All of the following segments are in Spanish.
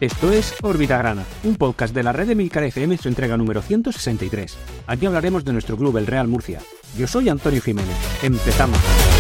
Esto es Órbita Grana, un podcast de la red de Emilcar FM en su entrega número 163. Aquí hablaremos de nuestro club, el Real Murcia. Yo soy Antonio Jiménez. Empezamos.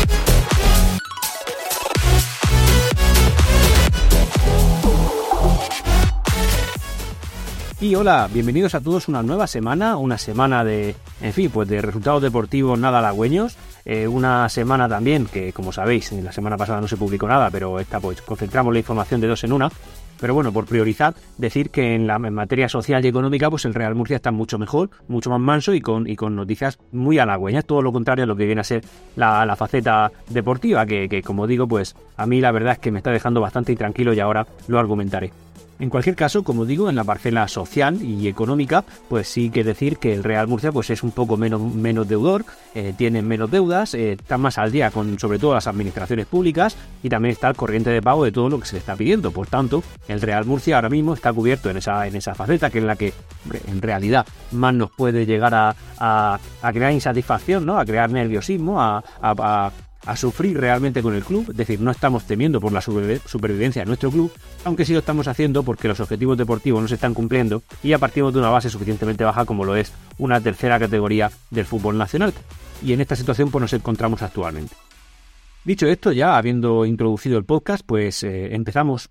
Y hola, bienvenidos a todos a una nueva semana, una semana de resultados deportivos nada halagüeños. Una semana también que, como sabéis, la semana pasada no se publicó nada, pero esta pues concentramos la información de dos en una. Pero bueno, por priorizar, decir que en materia social y económica, pues el Real Murcia está mucho mejor, mucho más manso y con noticias muy halagüeñas, todo lo contrario a lo que viene a ser la faceta deportiva, que como digo, pues a mí la verdad es que me está dejando bastante intranquilo y ahora lo argumentaré. En cualquier caso, como digo, en la parcela social y económica, pues sí que decir que el Real Murcia pues es un poco menos deudor, tiene menos deudas, está más al día con sobre todo las administraciones públicas y también está al corriente de pago de todo lo que se le está pidiendo. Por tanto, el Real Murcia ahora mismo está cubierto en esa faceta, que es la que en realidad más nos puede llegar a crear insatisfacción, ¿no? A crear nerviosismo, a sufrir realmente con el club. Es decir, no estamos temiendo por la supervivencia de nuestro club, aunque sí lo estamos haciendo porque los objetivos deportivos no se están cumpliendo y ya partimos de una base suficientemente baja como lo es una tercera categoría del fútbol nacional. Y en esta situación pues nos encontramos actualmente. Dicho esto, ya habiendo introducido el podcast, pues empezamos.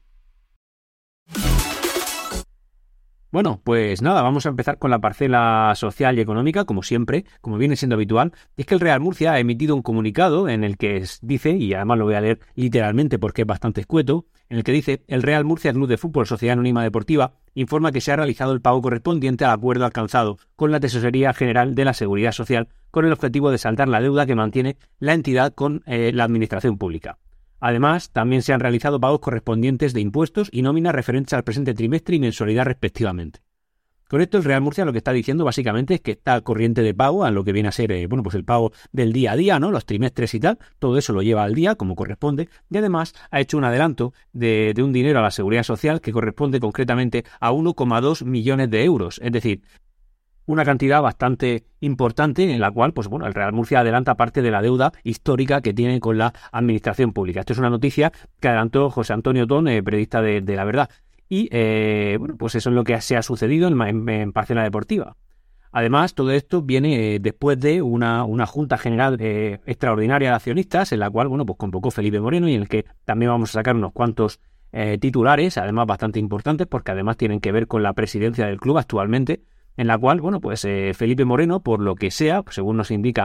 Bueno, pues nada, vamos a empezar con la parcela social y económica, como siempre, como viene siendo habitual. Es que el Real Murcia ha emitido un comunicado en el que dice, y además lo voy a leer literalmente porque es bastante escueto, en el que dice: el Real Murcia Club de Fútbol Sociedad Anónima Deportiva informa que se ha realizado el pago correspondiente al acuerdo alcanzado con la Tesorería General de la Seguridad Social con el objetivo de saldar la deuda que mantiene la entidad con la Administración Pública. Además, también se han realizado pagos correspondientes de impuestos y nóminas referentes al presente trimestre y mensualidad respectivamente. Con esto el Real Murcia lo que está diciendo básicamente es que está al corriente de pago a lo que viene a ser pues el pago del día a día, ¿no? Los trimestres y tal, todo eso lo lleva al día como corresponde y además ha hecho un adelanto de un dinero a la Seguridad Social que corresponde concretamente a 1,2 millones de euros, es decir, una cantidad bastante importante en la cual, pues bueno, el Real Murcia adelanta parte de la deuda histórica que tiene con la administración pública. Esto es una noticia que adelantó José Antonio Otón, periodista de La Verdad. Y, pues eso es lo que se ha sucedido en Parcela Deportiva. Además, todo esto viene después de una Junta General extraordinaria de accionistas, en la cual, bueno, pues convocó Felipe Moreno y en el que también vamos a sacar unos cuantos titulares, además bastante importantes, porque además tienen que ver con la presidencia del club actualmente, en la cual, bueno, pues Felipe Moreno, por lo que sea, pues según nos indica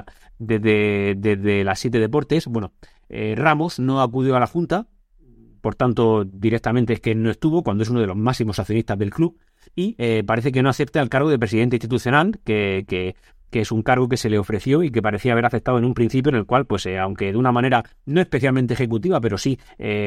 desde las 7 Deportes, bueno, Ramos no acudió a la Junta, por tanto, directamente es que no estuvo, cuando es uno de los máximos accionistas del club, y parece que no acepta el cargo de presidente institucional, que es un cargo que se le ofreció y que parecía haber aceptado en un principio, en el cual, pues aunque de una manera no especialmente ejecutiva, pero sí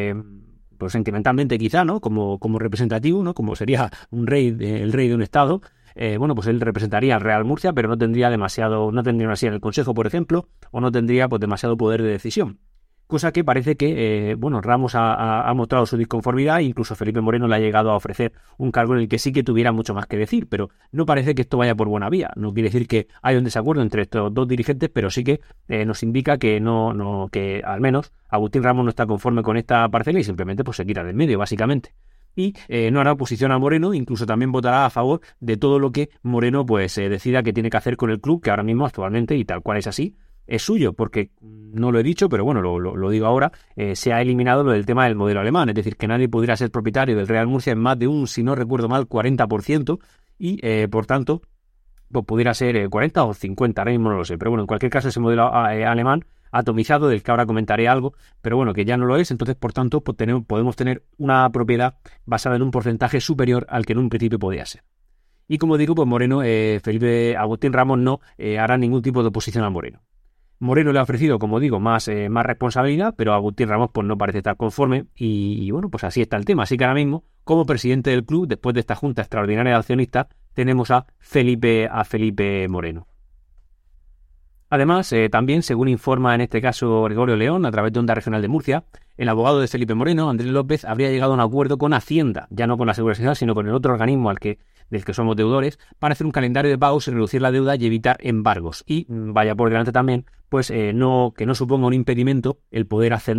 pues sentimentalmente quizá, ¿no? Como representativo, ¿no? Como sería el rey de un estado. Bueno, pues él representaría al Real Murcia, pero no tendría una silla en el Consejo, por ejemplo, o no tendría pues demasiado poder de decisión. Cosa que parece que, Ramos ha mostrado su disconformidad e incluso Felipe Moreno le ha llegado a ofrecer un cargo en el que sí que tuviera mucho más que decir, pero no parece que esto vaya por buena vía. No quiere decir que haya un desacuerdo entre estos dos dirigentes, pero sí que nos indica que que al menos Agustín Ramos no está conforme con esta parcela y simplemente pues se quita del medio, básicamente. Y no hará oposición a Moreno, incluso también votará a favor de todo lo que Moreno pues decida que tiene que hacer con el club, que ahora mismo actualmente, y tal cual es así, es suyo, porque no lo he dicho, pero bueno, lo digo ahora, se ha eliminado lo del tema del modelo alemán, es decir, que nadie pudiera ser propietario del Real Murcia en más de si no recuerdo mal, 40%, y por tanto, pues pudiera ser 40 o 50, ahora mismo no lo sé, pero bueno, en cualquier caso ese modelo alemán atomizado, del que ahora comentaré algo, pero bueno, que ya no lo es, entonces por tanto pues podemos tener una propiedad basada en un porcentaje superior al que en un principio podía ser. Y como digo, pues Moreno, Agustín Ramos no hará ningún tipo de oposición a Moreno. Moreno le ha ofrecido, como digo, más responsabilidad, pero Agustín Ramos pues no parece estar conforme y bueno, pues así está el tema. Así que ahora mismo, como presidente del club, después de esta Junta Extraordinaria de Accionistas, tenemos a Felipe Moreno. Además, también, según informa en este caso Gregorio León, a través de Onda Regional de Murcia, el abogado de Felipe Moreno, Andrés López, habría llegado a un acuerdo con Hacienda, ya no con la Seguridad Social, sino con el otro organismo del que somos deudores, para hacer un calendario de pagos y reducir la deuda y evitar embargos. Y vaya por delante también, pues que no suponga un impedimento el poder ascender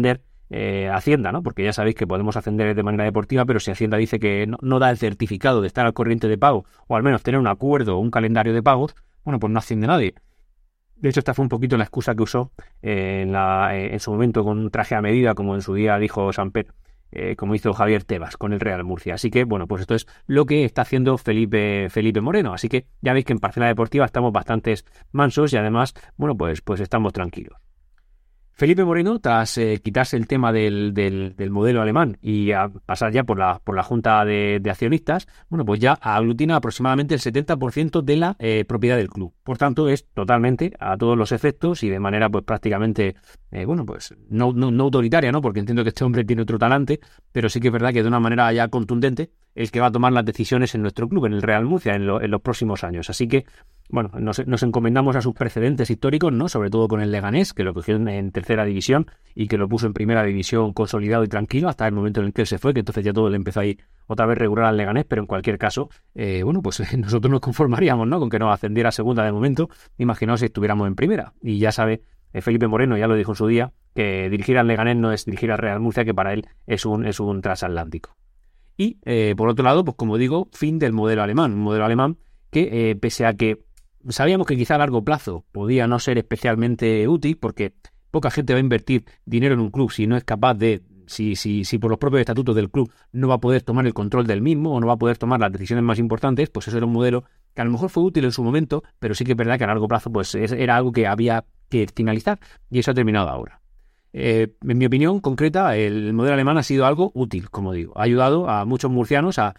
Hacienda, ¿no? Porque ya sabéis que podemos ascender de manera deportiva, pero si Hacienda dice que no da el certificado de estar al corriente de pago, o al menos tener un acuerdo o un calendario de pagos, bueno, pues no asciende nadie. De hecho, esta fue un poquito la excusa que usó en su momento con un traje a medida, como en su día dijo Samper, como hizo Javier Tebas con el Real Murcia. Así que, bueno, pues esto es lo que está haciendo Felipe Moreno. Así que ya veis que en Parcela Deportiva estamos bastante mansos y además, bueno, pues estamos tranquilos. Felipe Moreno, tras quitarse el tema del modelo alemán y a pasar ya por la Junta de Accionistas, bueno, pues ya aglutina aproximadamente el 70% de la propiedad del club. Por tanto, es totalmente, a todos los efectos y de manera pues prácticamente, bueno, pues no autoritaria, ¿no? Porque entiendo que este hombre tiene otro talante, pero sí que es verdad que de una manera ya contundente el que va a tomar las decisiones en nuestro club, en el Real Murcia, en los próximos años. Así que, bueno, nos encomendamos a sus precedentes históricos, ¿no? Sobre todo con el Leganés, que lo cogió en tercera división y que lo puso en primera división consolidado y tranquilo hasta el momento en el que él se fue, que entonces ya todo le empezó a ir otra vez regular al Leganés, pero en cualquier caso, bueno, pues nosotros nos conformaríamos, ¿no? Con que nos ascendiera a segunda de momento, imaginaos si estuviéramos en primera. Y ya sabe, Felipe Moreno ya lo dijo en su día, que dirigir al Leganés no es dirigir al Real Murcia, que para él es un transatlántico. Y, por otro lado, pues como digo, fin del modelo alemán. Un modelo alemán que, pese a que sabíamos que quizá a largo plazo podía no ser especialmente útil, porque poca gente va a invertir dinero en un club si no es capaz de, si por los propios estatutos del club no va a poder tomar el control del mismo o no va a poder tomar las decisiones más importantes, pues eso era un modelo que a lo mejor fue útil en su momento, pero sí que es verdad que a largo plazo pues era algo que había que finalizar y eso ha terminado ahora. En mi opinión concreta, el modelo alemán ha sido algo útil, como digo. Ha ayudado a muchos murcianos a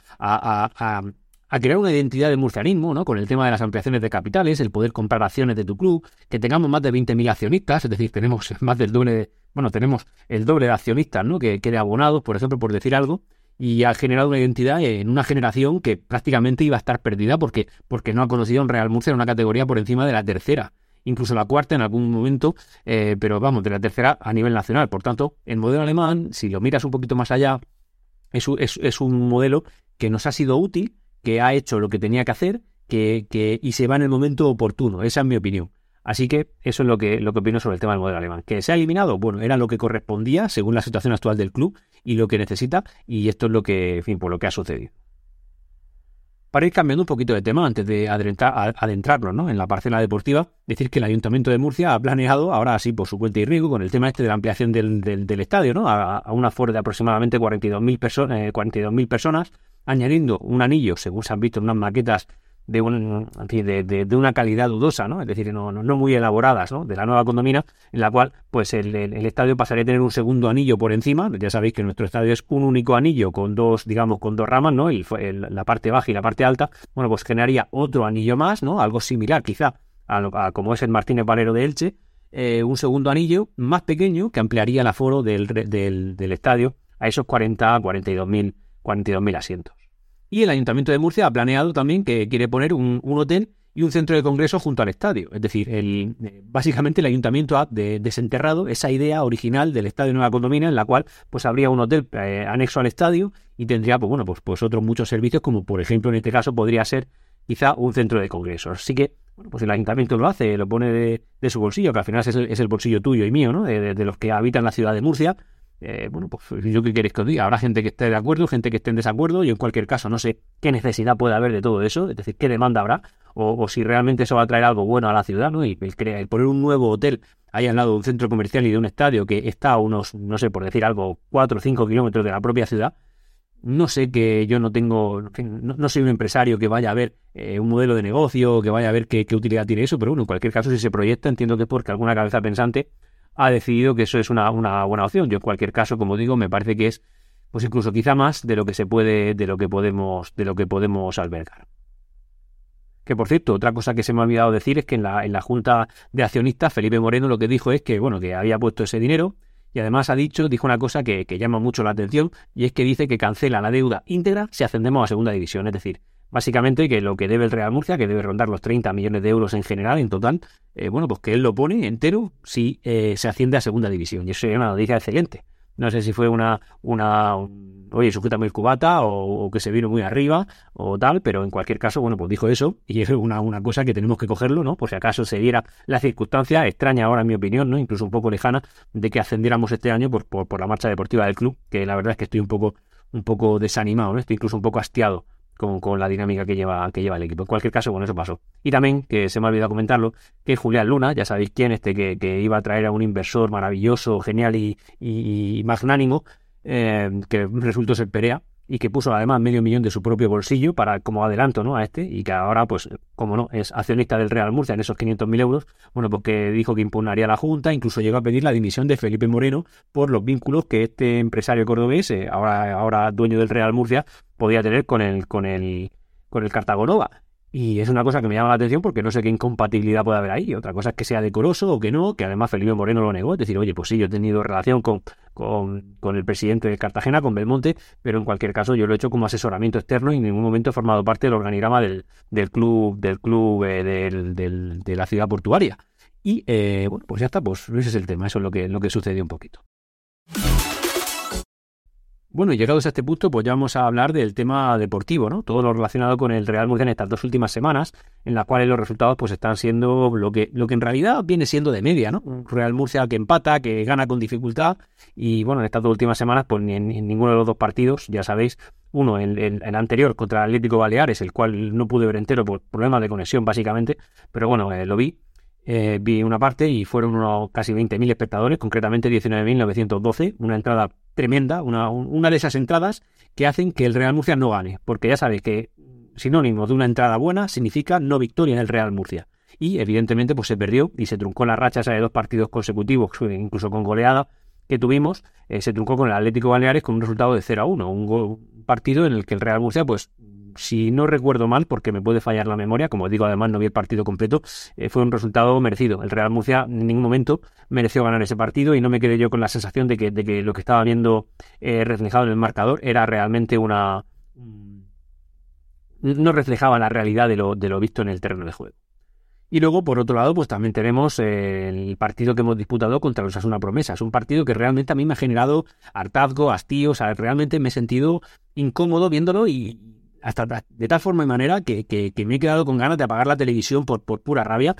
crear una identidad de murcianismo, ¿no? Con el tema de las ampliaciones de capitales, el poder comprar acciones de tu club, que tengamos más de 20.000 accionistas, es decir, tenemos más del doble, tenemos el doble de accionistas, ¿no? Que de abonados, por ejemplo, por decir algo, y ha generado una identidad en una generación que prácticamente iba a estar perdida porque no ha conocido un Real Murcia en una categoría por encima de la tercera. Incluso la cuarta en algún momento, pero vamos, de la tercera a nivel nacional. Por tanto, el modelo alemán, si lo miras un poquito más allá, es un modelo que nos ha sido útil, que ha hecho lo que tenía que hacer, y se va en el momento oportuno. Esa es mi opinión. Así que eso es lo que opino sobre el tema del modelo alemán. ¿Que se ha eliminado? Bueno, era lo que correspondía según la situación actual del club y lo que necesita, y esto es lo que, en fin, por lo que ha sucedido. Para ir cambiando un poquito de tema, antes de adentrarnos, ¿no? En la parcela deportiva, decir que el Ayuntamiento de Murcia ha planeado, ahora sí por su cuenta y riesgo, con el tema de la ampliación del estadio, ¿no? A un aforo de aproximadamente 42.000 personas, añadiendo un anillo, según se han visto en unas maquetas de una calidad dudosa, ¿no? Es decir, no muy elaboradas, ¿no? De la nueva condomina, en la cual pues el estadio pasaría a tener un segundo anillo por encima. Ya sabéis que nuestro estadio es un único anillo con dos ramas, ¿no? La parte baja y la parte alta. Bueno, pues generaría otro anillo más, ¿no? Algo similar quizá a como es el Martínez Valero de Elche, un segundo anillo más pequeño que ampliaría el aforo del estadio a esos 42.000 asientos. Y el Ayuntamiento de Murcia ha planeado también que quiere poner un hotel y un centro de congresos junto al estadio. Es decir, básicamente el Ayuntamiento ha desenterrado esa idea original del Estadio Nueva Condomina, en la cual pues habría un hotel anexo al estadio y tendría pues otros muchos servicios, como por ejemplo en este caso podría ser quizá un centro de congresos. Así que bueno, pues el Ayuntamiento lo hace, lo pone de su bolsillo, que al final es el bolsillo tuyo y mío, ¿no? De los que habitan la ciudad de Murcia. Bueno, pues yo qué queréis que os diga, habrá gente que esté de acuerdo, gente que esté en desacuerdo, y en cualquier caso no sé qué necesidad puede haber de todo eso, es decir, qué demanda habrá, o si realmente eso va a traer algo bueno a la ciudad, ¿no? Y el poner un nuevo hotel ahí al lado de un centro comercial y de un estadio que está a unos, no sé, por decir algo, 4 o 5 kilómetros de la propia ciudad. No sé, que yo no tengo, en fin, no soy un empresario que vaya a ver un modelo de negocio, que vaya a ver qué utilidad tiene eso, pero bueno, en cualquier caso, si se proyecta, entiendo que es porque alguna cabeza pensante ha decidido que eso es una buena opción. Yo en cualquier caso, como digo, me parece que es pues incluso quizá más de lo que se puede, de lo que podemos albergar. Que por cierto, otra cosa que se me ha olvidado decir es que en la Junta de Accionistas, Felipe Moreno lo que dijo es que, bueno, que había puesto ese dinero, y además dijo una cosa que llama mucho la atención, y es que dice que cancela la deuda íntegra si ascendemos a segunda división. Es decir, básicamente que lo que debe el Real Murcia, que debe rondar los 30 millones de euros en general, en total, bueno, pues que él lo pone entero si se asciende a segunda división. Y eso sería una noticia excelente. No sé si fue oye, sujétame el cubata o que se vino muy arriba o tal, pero en cualquier caso, bueno, pues dijo eso y es una cosa que tenemos que cogerlo, ¿no? Por si acaso se diera la circunstancia extraña ahora, en mi opinión, ¿no? Incluso un poco lejana de que ascendiéramos este año por la marcha deportiva del club, que la verdad es que estoy un poco desanimado, ¿no? Estoy incluso un poco hastiado con la dinámica que lleva el equipo. En cualquier caso, bueno, eso pasó. Y también, que se me ha olvidado comentarlo, que Julián Luna, ya sabéis quién, que iba a traer a un inversor maravilloso, genial y magnánimo, que resultó ser Perea, y que puso además $500,000 de su propio bolsillo para como adelanto, ¿no? A y que ahora, pues, como no, es accionista del Real Murcia en esos 500.000 euros, bueno, pues que dijo que impugnaría a la Junta, incluso llegó a pedir la dimisión de Felipe Moreno por los vínculos que este empresario cordobés, ahora dueño del Real Murcia, podía tener con el Cartagonova. Y es una cosa que me llama la atención porque no sé qué incompatibilidad puede haber ahí. Otra cosa es que sea decoroso o que no, que además Felipe Moreno lo negó. Es decir, oye, pues sí, yo he tenido relación con el presidente de Cartagena, con Belmonte, pero en cualquier caso yo lo he hecho como asesoramiento externo y en ningún momento he formado parte del organigrama del club de la ciudad portuaria. Y bueno, pues ya está, pues ese es el tema, eso es lo que sucedió un poquito. Bueno, y llegados a este punto, pues ya vamos a hablar del tema deportivo, ¿no? Todo lo relacionado con el Real Murcia en estas 2 últimas semanas, en las cuales los resultados pues están siendo lo que en realidad viene siendo de media, ¿no? Un Real Murcia que empata, que gana con dificultad, y bueno, en estas 2 últimas semanas, pues ni en ninguno de los 2 partidos, ya sabéis, uno, el anterior contra el Atlético Baleares, el cual no pude ver entero por problemas de conexión, básicamente, pero bueno, lo vi. Vi una parte y fueron unos casi 20.000 espectadores, concretamente 19.912, una entrada tremenda, una de esas entradas que hacen que el Real Murcia no gane, porque ya sabéis que sinónimo de una entrada buena significa no victoria en el Real Murcia. Y evidentemente pues se perdió y se truncó la racha esa de 2 partidos consecutivos, incluso con goleada que tuvimos, se truncó con el Atlético Baleares con un resultado de 0-1, un partido en el que el Real Murcia pues, si no recuerdo mal, porque me puede fallar la memoria, como digo, además no vi el partido completo, fue un resultado merecido. El Real Murcia en ningún momento mereció ganar ese partido y no me quedé yo con la sensación de que lo que estaba viendo reflejado en el marcador era realmente no reflejaba la realidad de lo visto en el terreno de juego. Y luego, por otro lado, pues también tenemos el partido que hemos disputado contra los Osasuna Promesa. Es un partido que realmente a mí me ha generado hartazgo, hastío, o sea, realmente me he sentido incómodo viéndolo y hasta de tal forma y manera que me he quedado con ganas de apagar la televisión por pura rabia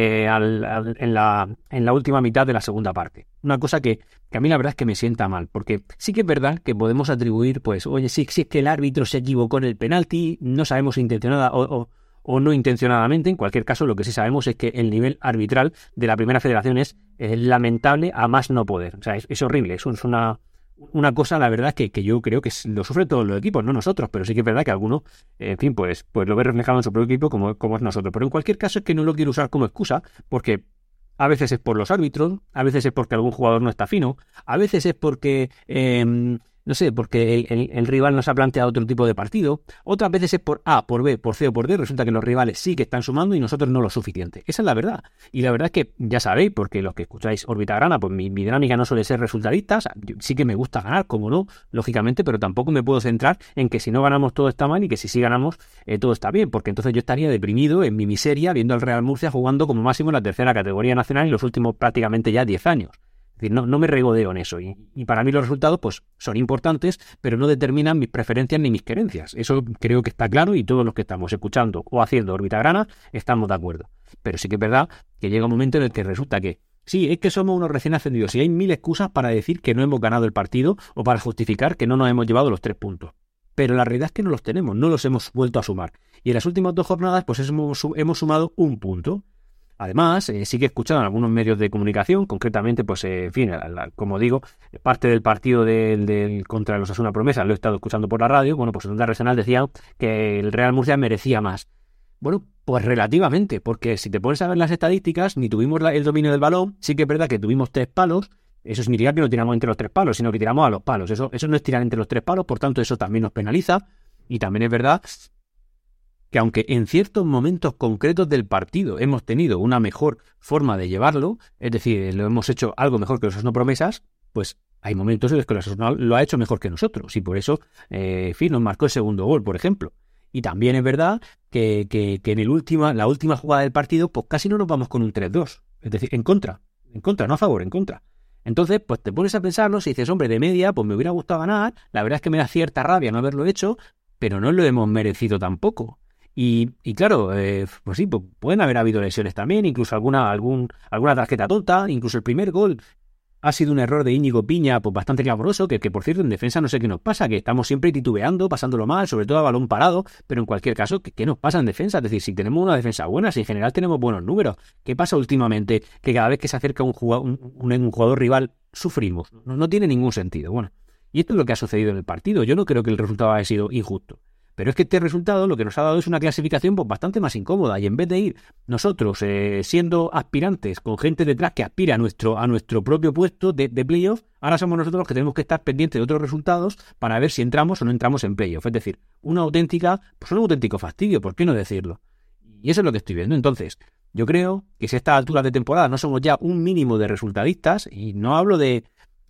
en la última mitad de la segunda parte. Una cosa que a mí la verdad es que me sienta mal, porque sí que es verdad que podemos atribuir, pues, oye, sí es que el árbitro se equivocó en el penalti, no sabemos si intencionada o no intencionadamente. En cualquier caso, lo que sí sabemos es que el nivel arbitral de la Primera Federación es lamentable a más no poder. O sea, es horrible, es una cosa, la verdad, que yo creo que lo sufren todos los equipos, no nosotros, pero sí que es verdad que alguno, en fin, pues lo ve reflejado en su propio equipo como es nosotros. Pero en cualquier caso es que no lo quiero usar como excusa, porque a veces es por los árbitros, a veces es porque algún jugador no está fino, a veces es porque no sé, porque el rival nos ha planteado otro tipo de partido. Otras veces es por A, por B, por C o por D. Resulta que los rivales sí que están sumando y nosotros no lo suficiente. Esa es la verdad. Y la verdad es que ya sabéis, porque los que escucháis Órbita Grana, pues mi dinámica no suele ser resultadista. O sea, sí que me gusta ganar, como no, lógicamente, pero tampoco me puedo centrar en que si no ganamos todo está mal y que si sí ganamos todo está bien, porque entonces yo estaría deprimido en mi miseria viendo al Real Murcia jugando como máximo en la tercera categoría nacional en los últimos prácticamente ya 10 años. Es decir, no me regodeo en eso y para mí los resultados pues son importantes, pero no determinan mis preferencias ni mis querencias. Eso creo que está claro y todos los que estamos escuchando o haciendo Órbita Grana estamos de acuerdo. Pero sí que es verdad que llega un momento en el que resulta que sí, es que somos unos recién ascendidos y hay 1000 excusas para decir que no hemos ganado el partido o para justificar que no nos hemos llevado los 3 puntos. Pero la realidad es que no los tenemos, no los hemos vuelto a sumar. Y en las últimas 2 jornadas pues hemos sumado 1 punto. Además, sí que he escuchado en algunos medios de comunicación, concretamente, pues, en fin, como digo, parte del partido contra los Osasuna Promesa lo he estado escuchando por la radio. Bueno, pues en Onda Regional decía que el Real Murcia merecía más. Bueno, pues relativamente, porque si te pones a ver las estadísticas, ni tuvimos el dominio del balón, sí que es verdad que tuvimos 3 palos. Eso significa que no tiramos entre los 3 palos, sino que tiramos a los palos. Eso no es tirar entre los 3 palos, por tanto, eso también nos penaliza. Y también es verdad que aunque en ciertos momentos concretos del partido hemos tenido una mejor forma de llevarlo, es decir, lo hemos hecho algo mejor que los Osasuna Promesas, pues hay momentos en los que los Osasuna lo ha hecho mejor que nosotros y por eso, en fin, nos marcó el segundo gol, por ejemplo. Y también es verdad que en la última jugada del partido, pues casi no nos vamos con un 3-2, es decir, en contra, no a favor, en contra. Entonces, pues te pones a pensarlo y dices, hombre, de media, pues me hubiera gustado ganar, la verdad es que me da cierta rabia no haberlo hecho, pero no lo hemos merecido tampoco. Y claro, pues sí, pues pueden haber habido lesiones también, incluso alguna tarjeta tonta, incluso el primer gol ha sido un error de Íñigo Piña, pues bastante clamoroso, que por cierto en defensa no sé qué nos pasa, que estamos siempre titubeando, pasándolo mal, sobre todo a balón parado, pero en cualquier caso, ¿qué nos pasa en defensa? Es decir, si tenemos una defensa buena, si en general tenemos buenos números, ¿qué pasa últimamente? Que cada vez que se acerca un jugador rival, sufrimos. No tiene ningún sentido. Bueno, y esto es lo que ha sucedido en el partido. Yo no creo que el resultado haya sido injusto. Pero es que este resultado lo que nos ha dado es una clasificación pues, bastante más incómoda. Y en vez de ir nosotros siendo aspirantes con gente detrás que aspira a nuestro propio puesto de playoff, ahora somos nosotros los que tenemos que estar pendientes de otros resultados para ver si entramos o no entramos en playoff. Es decir, un auténtico fastidio, ¿por qué no decirlo? Y eso es lo que estoy viendo. Entonces, yo creo que si a estas alturas de temporada no somos ya un mínimo de resultadistas, y no hablo de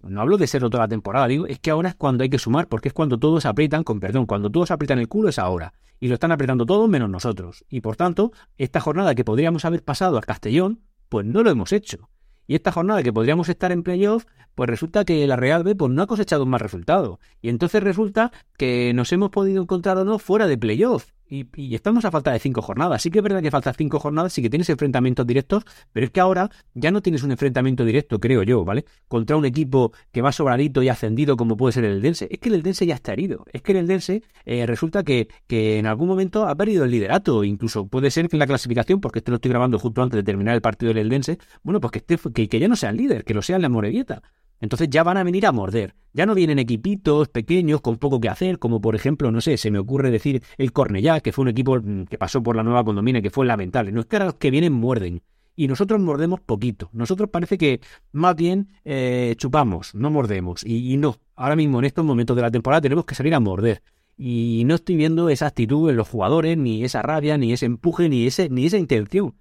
serlo toda la temporada, digo, es que ahora es cuando hay que sumar, porque es cuando todos aprietan, cuando todos aprietan el culo es ahora, y lo están apretando todos menos nosotros, y por tanto, esta jornada que podríamos haber pasado al Castellón, pues no lo hemos hecho, y esta jornada que podríamos estar en playoff, pues resulta que la Real B pues no ha cosechado un mal resultado, y entonces resulta que nos hemos podido encontrar o no fuera de playoff, y estamos a falta de 5 jornadas. Sí que es verdad que faltan 5 jornadas, sí que tienes enfrentamientos directos, pero es que ahora ya no tienes un enfrentamiento directo, creo yo, ¿vale? Contra un equipo que va sobradito y ascendido como puede ser el Eldense. Es que el Eldense ya está herido. Es que el Eldense resulta que en algún momento ha perdido el liderato. Incluso puede ser que en la clasificación, porque este lo estoy grabando justo antes de terminar el partido del Eldense, bueno, pues que ya no sea el líder, que lo sea en la Morevieta. Entonces ya van a venir a morder. Ya no vienen equipitos pequeños con poco que hacer, como por ejemplo, no sé, se me ocurre decir el Cornellá, que fue un equipo que pasó por la Nueva Condomina, que fue lamentable. No es que ahora los que vienen muerden. Y nosotros mordemos poquito. Nosotros parece que más bien chupamos, no mordemos. Y no, ahora mismo en estos momentos de la temporada tenemos que salir a morder. Y no estoy viendo esa actitud en los jugadores, ni esa rabia, ni ese empuje, ni esa intención.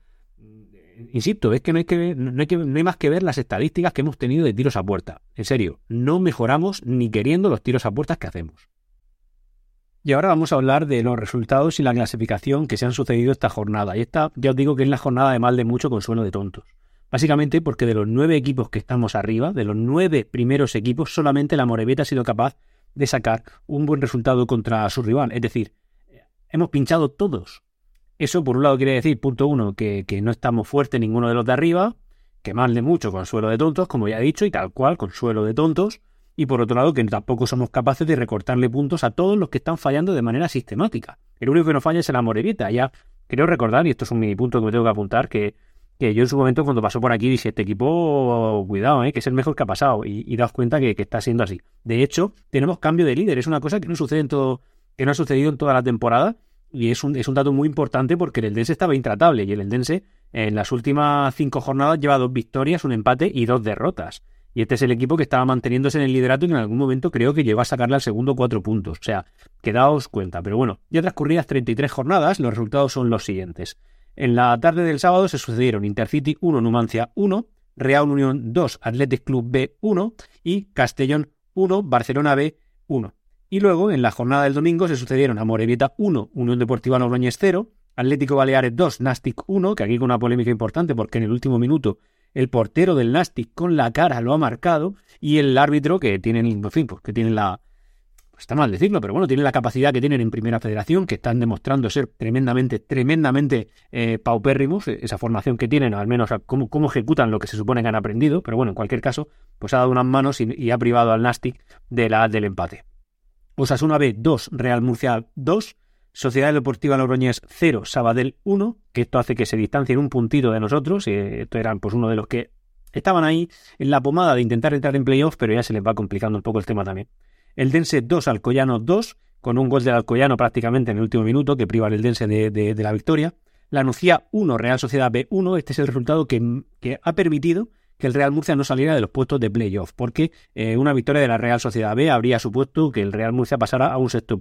Insisto, es que no hay más que ver las estadísticas que hemos tenido de tiros a puerta. En serio, no mejoramos ni queriendo los tiros a puertas que hacemos. Y ahora vamos a hablar de los resultados y la clasificación que se han sucedido esta jornada. Y esta, ya os digo que es la jornada de mal de mucho consuelo de tontos. Básicamente porque de los 9 equipos que estamos arriba, de los 9 primeros equipos, solamente la Morevieta ha sido capaz de sacar un buen resultado contra su rival. Es decir, hemos pinchado todos. Eso, por un lado, quiere decir, punto 1, que no estamos fuertes ninguno de los de arriba, que mal de mucho consuelo de tontos, como ya he dicho, y tal cual, consuelo de tontos, y por otro lado, que tampoco somos capaces de recortarle puntos a todos los que están fallando de manera sistemática. El único que no falla es el Amorebieta. Ya creo recordar, y esto es un mini punto que me tengo que apuntar, que yo en su momento, cuando pasó por aquí, dije, este equipo, cuidado, que es el mejor que ha pasado, y daos cuenta que está siendo así. De hecho, tenemos cambio de líder, es una cosa que no sucede que no ha sucedido en toda la temporada. Y es un dato muy importante porque el Eldense estaba intratable y el Eldense en las últimas 5 jornadas lleva 2 victorias, un empate y 2 derrotas. Y este es el equipo que estaba manteniéndose en el liderato y en algún momento creo que llegó a sacarle al segundo 4 puntos. O sea, que daos cuenta. Pero bueno, ya transcurridas 33 jornadas, los resultados son los siguientes. En la tarde del sábado se sucedieron Intercity 1, Numancia 1, Real Unión 2, Athletic Club B 1 y Castellón 1, Barcelona B 1. Y luego, en la jornada del domingo, se sucedieron Amorebieta 1, Unión Deportiva Logroñés 0, Atlético Baleares 2, Nastic 1, que aquí con una polémica importante porque en el último minuto el portero del Nastic con la cara lo ha marcado y el árbitro que tienen, en fin, pues que tienen la... Pues está mal decirlo, pero bueno, tienen la capacidad que tienen en Primera Federación, que están demostrando ser tremendamente paupérrimos, esa formación que tienen, al menos cómo ejecutan lo que se supone que han aprendido, pero bueno, en cualquier caso, pues ha dado unas manos y ha privado al Nastic del empate. Osasuna B 2, Real Murcia 2, Sociedad Deportiva Logroñés 0, Sabadell 1, que esto hace que se distancien un puntito de nosotros, esto eran pues uno de los que estaban ahí en la pomada de intentar entrar en playoff, pero ya se les va complicando un poco el tema también. Eldense 2, Alcoyano 2, con un gol del Alcoyano prácticamente en el último minuto, que priva al Eldense de la victoria. La Nucía 1, Real Sociedad B 1, este es el resultado que ha permitido que el Real Murcia no saliera de los puestos de playoff, porque una victoria de la Real Sociedad B habría supuesto que el Real Murcia pasara a un sexto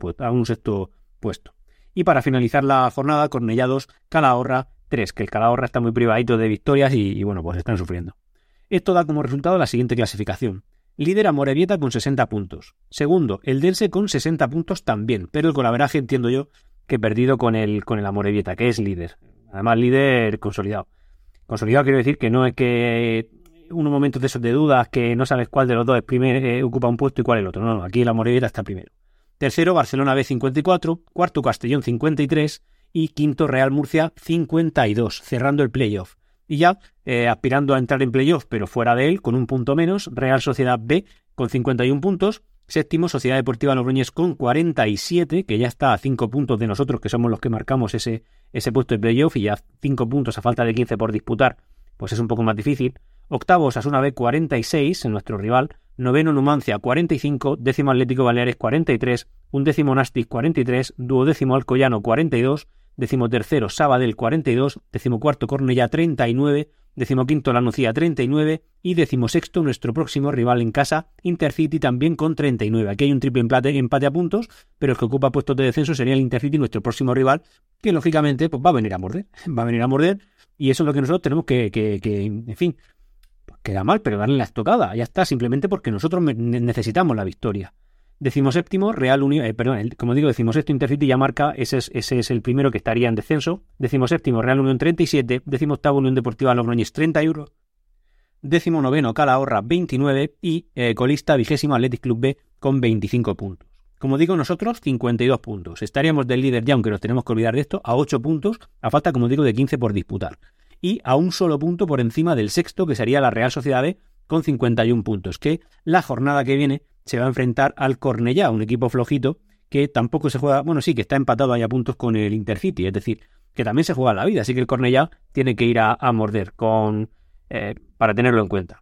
puesto. Y para finalizar la jornada, Cornellá 2, Calahorra 3, que el Calahorra está muy privadito de victorias y bueno, pues están sufriendo. Esto da como resultado la siguiente clasificación. Líder Amorebieta con 60 puntos. Segundo, Eldense con 60 puntos también, pero el golaveraje entiendo yo que perdido con el Amorebieta, que es líder. Además, líder consolidado. Consolidado quiero decir que no es que unos momentos de esos de dudas que no sabes cuál de los dos es ocupa un puesto y cuál el otro. No, aquí la Morevieta está primero. Tercero, Barcelona B 54, cuarto Castellón 53 y quinto Real Murcia 52, cerrando el playoff. Y ya, aspirando a entrar en playoff, pero fuera de él, con un punto menos, Real Sociedad B con 51 puntos. Séptimo, Sociedad Deportiva Logroñés con 47, que ya está a 5 puntos de nosotros, que somos los que marcamos ese puesto de playoff, y ya 5 puntos a falta de 15 por disputar, pues es un poco más difícil. Octavo, Osasuna B 46, en nuestro rival. Noveno, Numancia 45, décimo Atlético Baleares 43, undécimo Nastic 43, duodécimo Alcoyano 42, decimotercero Sabadell 42, decimocuarto Cornellá 39, decimoquinto La Nucía 39 y decimosexto nuestro próximo rival en casa, Intercity, también con 39. Aquí hay un triple empate a puntos, pero el que ocupa puestos de descenso sería el Intercity, nuestro próximo rival, que lógicamente pues va a venir a morder, y eso es lo que nosotros tenemos que en fin, pues queda mal, pero darle la estocada, ya está, simplemente porque nosotros necesitamos la victoria. Decimoséptimo, decimosexto Intercity ya marca, ese es el primero que estaría en descenso. Decimoséptimo, Real Unión 37, decimoctavo Unión Deportiva Logroñés 31, decimonoveno Calahorra 29 y colista vigésimo Athletic Club B con 25 puntos. Como digo, nosotros 52 puntos. Estaríamos del líder ya, aunque nos tenemos que olvidar de esto, a 8 puntos, a falta, como digo, de 15 por disputar. Y a un solo punto por encima del sexto, que sería la Real Sociedad B, con 51 puntos, que la jornada que viene se va a enfrentar al Cornellá, un equipo flojito que tampoco se juega, bueno, sí, que está empatado ahí a puntos con el Intercity, es decir, que también se juega la vida, así que el Cornellá tiene que ir a morder para tenerlo en cuenta.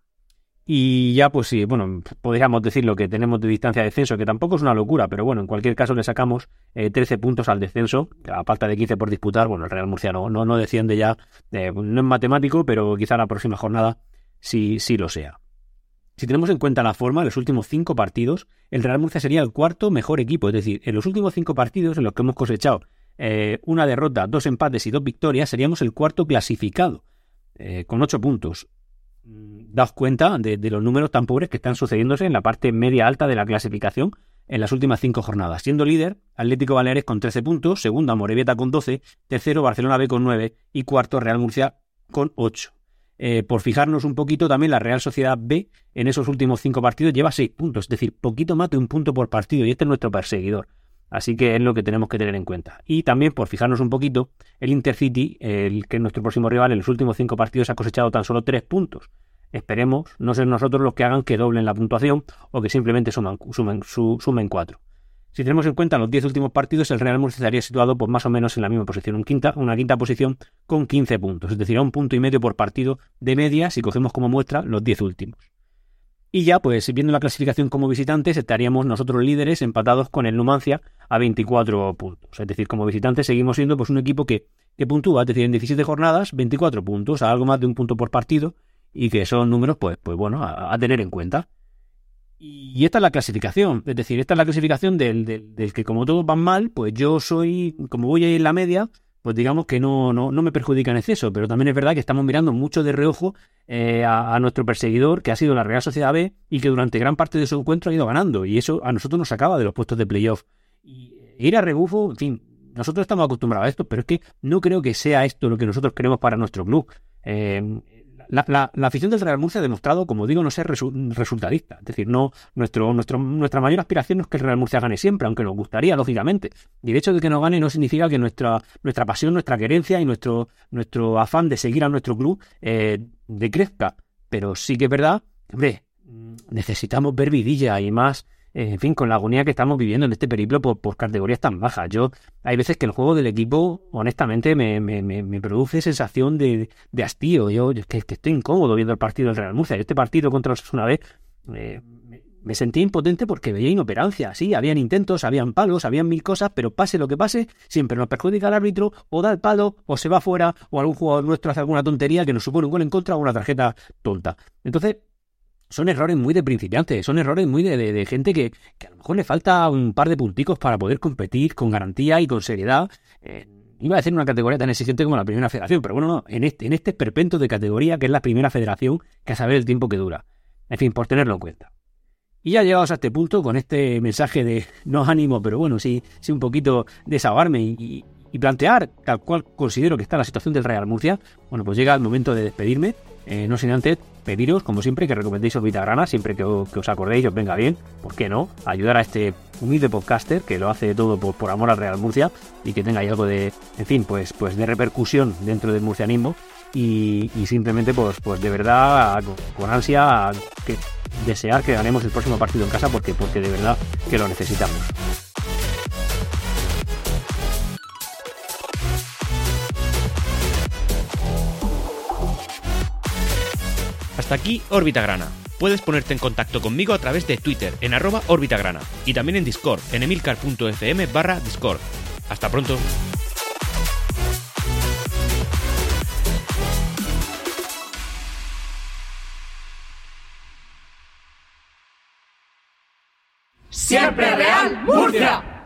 Y ya, pues sí, bueno, podríamos decir lo que tenemos de distancia de descenso, que tampoco es una locura, pero bueno, en cualquier caso le sacamos 13 puntos al descenso, a falta de 15 por disputar. Bueno, el Real Murcia no desciende ya, no es matemático, pero quizá la próxima jornada sí lo sea. Si tenemos en cuenta la forma, en los últimos 5 partidos, el Real Murcia sería el cuarto mejor equipo. Es decir, en los últimos 5 partidos en los que hemos cosechado una derrota, 2 empates y 2 victorias, seríamos el cuarto clasificado, con 8 puntos. Daos cuenta de los números tan pobres que están sucediéndose en la parte media-alta de la clasificación en las últimas 5 jornadas. Siendo líder, Atlético Baleares con 13 puntos, segundo Amorebieta con 12, tercero Barcelona B con 9 y cuarto Real Murcia con 8. Por fijarnos un poquito, también la Real Sociedad B en esos últimos 5 partidos lleva 6 puntos, es decir, poquito más de un punto por partido, y este es nuestro perseguidor. Así que es lo que tenemos que tener en cuenta. Y también, por fijarnos un poquito, el Intercity, que es nuestro próximo rival, en los últimos 5 partidos ha cosechado tan solo 3 puntos. Esperemos no ser nosotros los que hagan que doblen la puntuación o que simplemente sumen 4. Si tenemos en cuenta los 10 últimos partidos, el Real Murcia estaría situado pues, más o menos en la misma posición, una quinta posición con 15 puntos, es decir, a 1,5 puntos por partido de media si cogemos como muestra los 10 últimos. Y ya, pues viendo la clasificación como visitantes, estaríamos nosotros líderes empatados con el Numancia a 24 puntos. Es decir, como visitantes seguimos siendo pues un equipo que puntúa, es decir, en 17 jornadas, 24 puntos, a algo más de 1 punto por partido, y que son números, pues bueno, a tener en cuenta. Y esta es la clasificación, es decir, esta es la clasificación del que como todos van mal, pues yo soy, como voy a ir en la media, pues digamos que no me perjudica en exceso, pero también es verdad que estamos mirando mucho de reojo a nuestro perseguidor, que ha sido la Real Sociedad B, y que durante gran parte de su encuentro ha ido ganando, y eso a nosotros nos sacaba de los puestos de playoff. Y ir a rebufo, en fin, nosotros estamos acostumbrados a esto, pero es que no creo que sea esto lo que nosotros queremos para nuestro club. La afición del Real Murcia ha demostrado, como digo, no ser resultadista. Es decir, nuestra mayor aspiración no es que el Real Murcia gane siempre, aunque nos gustaría, lógicamente. Y el hecho de que no gane no significa que nuestra pasión, nuestra querencia y nuestro afán de seguir a nuestro club decrezca. Pero sí que es verdad, hombre, necesitamos ver vidilla y más. En fin, con la agonía que estamos viviendo en este periplo por categorías tan bajas. Hay veces que el juego del equipo, honestamente, me produce sensación de hastío. Yo que estoy incómodo viendo el partido del Real Murcia. Este partido contra los Osasuna B me sentí impotente porque veía inoperancia. Sí, habían intentos, habían palos, habían mil cosas, pero pase lo que pase, siempre nos perjudica el árbitro, o da el palo, o se va fuera, o algún jugador nuestro hace alguna tontería que nos supone un gol en contra o una tarjeta tonta. Entonces, son errores muy de principiantes, son errores muy de gente que a lo mejor le falta un par de punticos para poder competir con garantía y con seriedad. Iba a decir una categoría tan exigente como la Primera Federación, pero bueno, no, en este esperpento de categoría que es la Primera Federación, que a saber el tiempo que dura. En fin, por tenerlo en cuenta. Y ya llegados a este punto, con este mensaje de no ánimo, pero bueno, sí un poquito desahogarme y plantear tal cual considero que está la situación del Real Murcia, bueno, pues llega el momento de despedirme. No sin antes pediros, como siempre, que recomendéis Orbitagrana siempre que os acordéis, os venga bien, ¿por qué no? Ayudar a este humilde podcaster que lo hace todo por amor al Real Murcia y que tenga ahí algo de, en fin, pues de repercusión dentro del murcianismo y simplemente, pues de verdad, con ansia, desear que ganemos el próximo partido en casa porque de verdad que lo necesitamos. Hasta aquí Orbitagrana. Puedes ponerte en contacto conmigo a través de Twitter en @Orbitagrana y también en Discord en emilcar.fm/Discord. Hasta pronto. ¡Siempre Real Murcia!